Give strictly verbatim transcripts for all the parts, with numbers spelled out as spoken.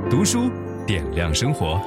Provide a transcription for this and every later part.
读书点亮生活。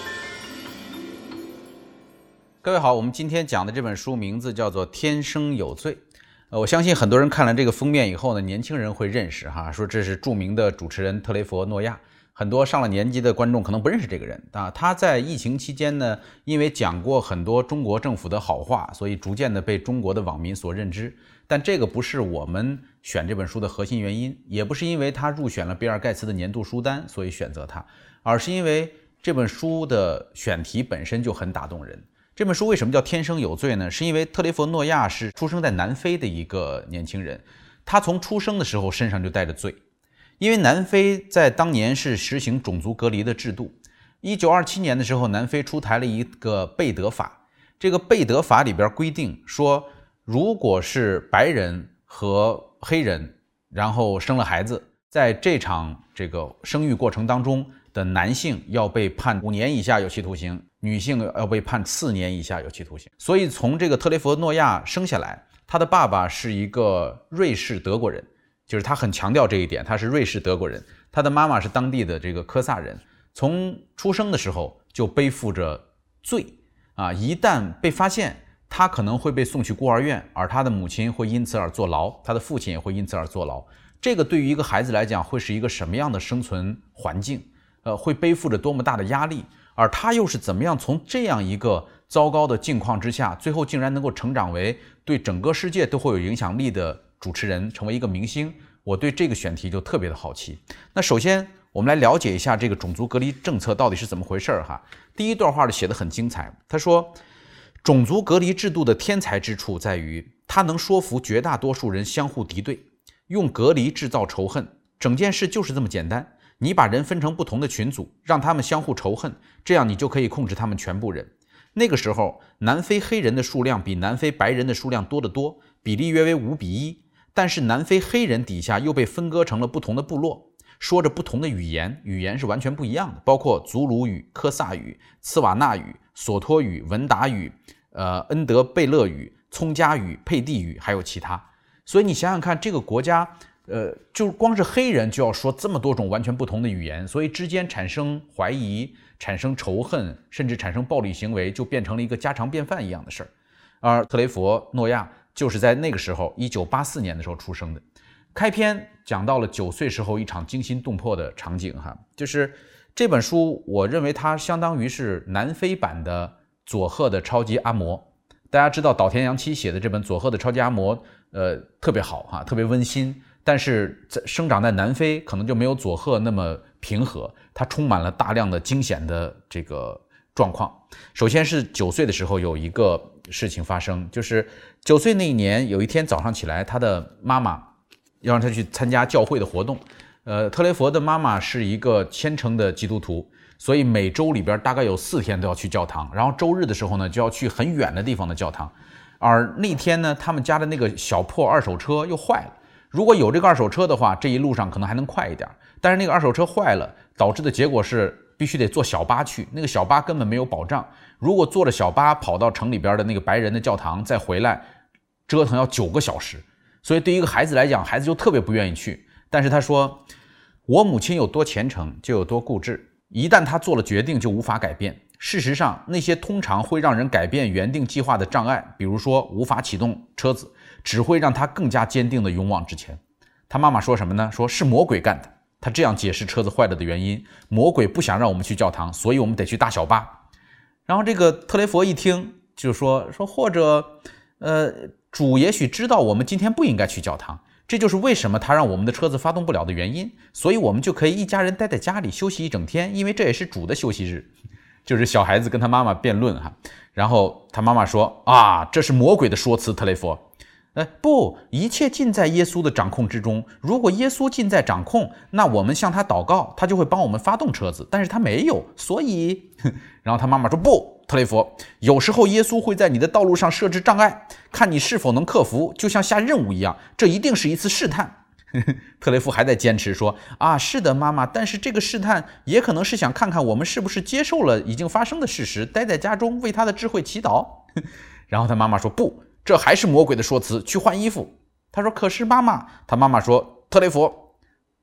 各位好，我们今天讲的这本书名字叫做《天生有罪》。呃，我相信很多人看了这个封面以后呢，年轻人会认识哈，说这是著名的主持人特雷弗诺亚。很多上了年纪的观众可能不认识这个人啊。他在疫情期间呢，因为讲过很多中国政府的好话，所以逐渐的被中国的网民所认知。但这个不是我们选这本书的核心原因，也不是因为他入选了比尔盖茨的年度书单所以选择他，而是因为这本书的选题本身就很打动人。这本书为什么叫天生有罪呢？是因为特雷弗诺亚是出生在南非的一个年轻人，他从出生的时候身上就带着罪。因为南非在当年是实行种族隔离的制度，一九二七年的时候，南非出台了一个贝德法。这个贝德法里边规定说，如果是白人和黑人，然后生了孩子，在这场这个生育过程当中的男性要被判五年以下有期徒刑，女性要被判四年以下有期徒刑。所以从这个特雷弗诺亚生下来，他的爸爸是一个瑞士德国人，就是他很强调这一点，他是瑞士德国人，他的妈妈是当地的这个科萨人。从出生的时候就背负着罪啊，一旦被发现，他可能会被送去孤儿院，而他的母亲会因此而坐牢，他的父亲也会因此而坐牢。这个对于一个孩子来讲会是一个什么样的生存环境，呃，会背负着多么大的压力，而他又是怎么样从这样一个糟糕的境况之下，最后竟然能够成长为对整个世界都会有影响力的主持人，成为一个明星。我对这个选题就特别的好奇。那首先我们来了解一下这个种族隔离政策到底是怎么回事哈。第一段话写得很精彩，他说种族隔离制度的天才之处在于它能说服绝大多数人相互敌对，用隔离制造仇恨，整件事就是这么简单。你把人分成不同的群组，让他们相互仇恨，这样你就可以控制他们全部人。那个时候南非黑人的数量比南非白人的数量多得多，比例约为五比一。但是南非黑人底下又被分割成了不同的部落，说着不同的语言，语言是完全不一样的，包括祖鲁语、科萨语、茨瓦纳语、索托语、文达语、呃恩德贝勒语、葱加语、佩蒂语，还有其他。所以你想想看，这个国家呃，就光是黑人就要说这么多种完全不同的语言，所以之间产生怀疑、产生仇恨，甚至产生暴力行为，就变成了一个家常便饭一样的事儿。而特雷弗诺亚就是在那个时候一九八四年的时候出生的。开篇讲到了九岁时候一场惊心动魄的场景哈，就是这本书我认为它相当于是南非版的佐贺的超级阿嬷。大家知道岛田洋七写的这本佐贺的超级阿嬷呃特别好哈，特别温馨，但是在生长在南非可能就没有佐贺那么平和，它充满了大量的惊险的这个状况。首先是九岁的时候有一个事情发生，就是九岁那一年有一天早上起来，他的妈妈要让他去参加教会的活动。呃，特雷弗的妈妈是一个虔诚的基督徒，所以每周里边大概有四天都要去教堂，然后周日的时候呢就要去很远的地方的教堂。而那天呢，他们家的那个小破二手车又坏了。如果有这个二手车的话，这一路上可能还能快一点，但是那个二手车坏了，导致的结果是必须得坐小巴去，那个小巴根本没有保障。如果坐着小巴跑到城里边的那个白人的教堂再回来，折腾要九个小时。所以对于一个孩子来讲，孩子就特别不愿意去。但是他说，我母亲有多虔诚就有多固执，一旦她做了决定就无法改变。事实上，那些通常会让人改变原定计划的障碍，比如说无法启动车子，只会让他更加坚定地勇往直前。他妈妈说什么呢？说是魔鬼干的。他这样解释车子坏了的原因，魔鬼不想让我们去教堂，所以我们得去搭小巴。然后这个特雷弗一听就说说或者呃，主也许知道我们今天不应该去教堂，这就是为什么他让我们的车子发动不了的原因，所以我们就可以一家人待在家里休息一整天，因为这也是主的休息日。就是小孩子跟他妈妈辩论哈，然后他妈妈说啊，这是魔鬼的说辞，特雷弗。呃，不，一切尽在耶稣的掌控之中。如果耶稣尽在掌控，那我们向他祷告，他就会帮我们发动车子。但是他没有，所以，然后他妈妈说不，特雷弗，有时候耶稣会在你的道路上设置障碍，看你是否能克服，就像下任务一样，这一定是一次试探。特雷弗还在坚持说啊，是的妈妈，但是这个试探也可能是想看看我们是不是接受了已经发生的事实，待在家中为他的智慧祈祷。然后他妈妈说不，这还是魔鬼的说辞，去换衣服。他说可是妈妈，他妈妈说特雷弗，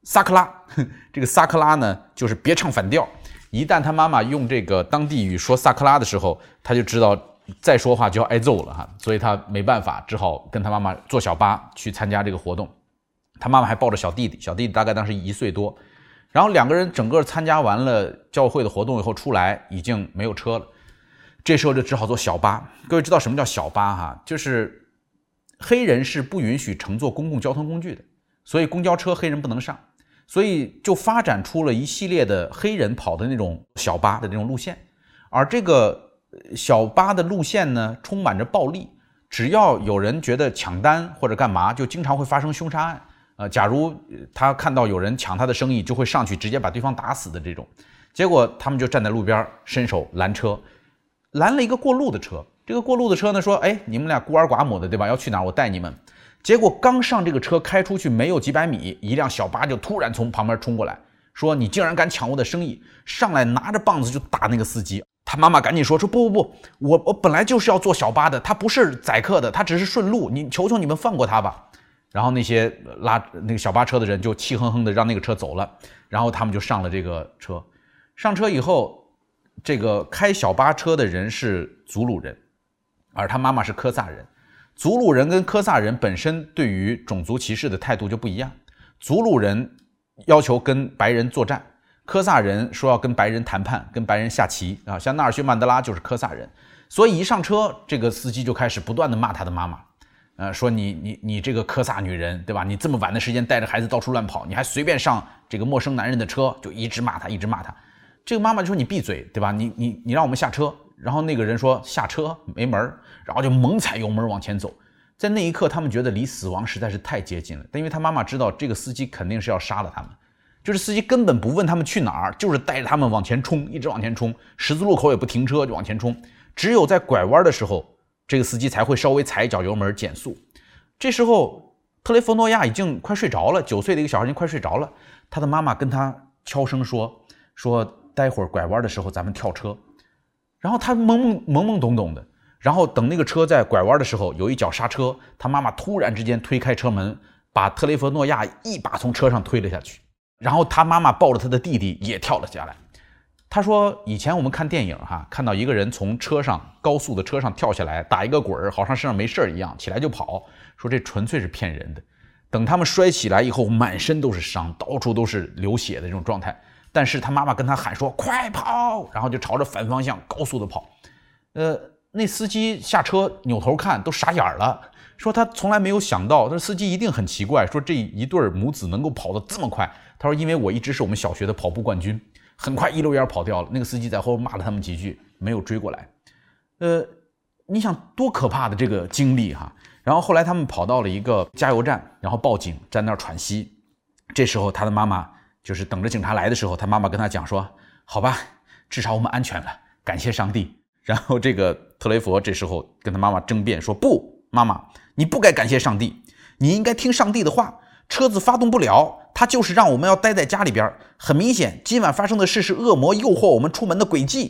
萨克拉，这个萨克拉呢就是别唱反调。一旦他妈妈用这个当地语说萨克拉的时候，他就知道再说话就要挨揍了哈，所以他没办法，只好跟他妈妈坐小巴去参加这个活动。他妈妈还抱着小弟弟，小弟弟大概当时一岁多。然后两个人整个参加完了教会的活动以后出来，已经没有车了，这时候就只好坐小巴。各位知道什么叫小巴哈？就是黑人是不允许乘坐公共交通工具的，所以公交车黑人不能上，所以就发展出了一系列的黑人跑的那种小巴的那种路线。而这个小巴的路线呢，充满着暴力，只要有人觉得抢单或者干嘛，就经常会发生凶杀案。呃，假如他看到有人抢他的生意，就会上去直接把对方打死的这种。结果他们就站在路边伸手拦车，拦了一个过路的车。这个过路的车呢说，哎，你们俩孤儿寡母的对吧，要去哪儿我带你们。结果刚上这个车开出去没有几百米，一辆小巴就突然从旁边冲过来，说你竟然敢抢我的生意，上来拿着棒子就打那个司机。他妈妈赶紧说说不不不，我我本来就是要坐小巴的，他不是载客的，他只是顺路，你求求你们放过他吧。然后那些拉那个小巴车的人就气哼哼的让那个车走了，然后他们就上了这个车。上车以后，这个开小巴车的人是祖鲁人，而他妈妈是科萨人。祖鲁人跟科萨人本身对于种族歧视的态度就不一样。祖鲁人要求跟白人作战，科萨人说要跟白人谈判，跟白人下棋啊，像纳尔逊曼德拉就是科萨人。所以一上车，这个司机就开始不断的骂他的妈妈。呃，说你你你这个科萨女人，对吧？你这么晚的时间带着孩子到处乱跑，你还随便上这个陌生男人的车，就一直骂他，一直骂他。这个妈妈就说你闭嘴，对吧？你你你让我们下车。然后那个人说下车没门，然后就猛踩油门往前走。在那一刻，他们觉得离死亡实在是太接近了，但因为他妈妈知道这个司机肯定是要杀了他们，就是司机根本不问他们去哪儿，就是带着他们往前冲，一直往前冲，十字路口也不停车就往前冲。只有在拐弯的时候，这个司机才会稍微踩一脚油门减速。这时候特雷佛诺亚已经快睡着了，九岁的一个小孩已经快睡着了。他的妈妈跟他悄声说说待会儿拐弯的时候咱们跳车。然后他懵懵懵懵懂懂的，然后等那个车在拐弯的时候有一脚刹车，他妈妈突然之间推开车门，把特雷佛诺亚一把从车上推了下去，然后他妈妈抱着他的弟弟也跳了下来。他说以前我们看电影哈，看到一个人从车上高速的车上跳下来，打一个滚，好像身上没事一样，起来就跑，说这纯粹是骗人的。等他们摔起来以后，满身都是伤，到处都是流血的这种状态。但是他妈妈跟他喊说快跑，然后就朝着反方向高速的跑。呃，那司机下车扭头看都傻眼了，说他从来没有想到，这司机一定很奇怪，说这一对母子能够跑得这么快。他说因为我一直是我们小学的跑步冠军。很快一溜烟跑掉了，那个司机在后面骂了他们几句，没有追过来。呃，你想多可怕的这个经历哈。然后后来他们跑到了一个加油站，然后报警，站那儿喘息。这时候他的妈妈就是等着警察来的时候，他妈妈跟他讲说好吧，至少我们安全了，感谢上帝。然后这个特雷佛这时候跟他妈妈争辩说不，妈妈你不该感谢上帝，你应该听上帝的话，车子发动不了，他就是让我们要待在家里边。很明显今晚发生的事是恶魔诱惑我们出门的诡计。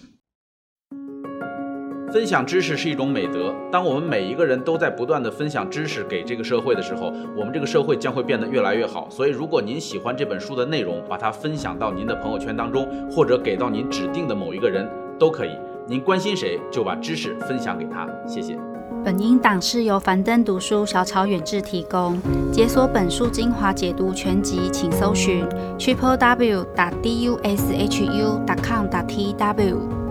分享知识是一种美德，当我们每一个人都在不断的分享知识给这个社会的时候，我们这个社会将会变得越来越好。所以如果您喜欢这本书的内容，把它分享到您的朋友圈当中，或者给到您指定的某一个人都可以。您关心谁就把知识分享给他，谢谢。 本音档是由樊登读书小草远志提供。解锁本书精华解读全集，请搜寻 triple w 点 d u s h u 点 com 点 t w。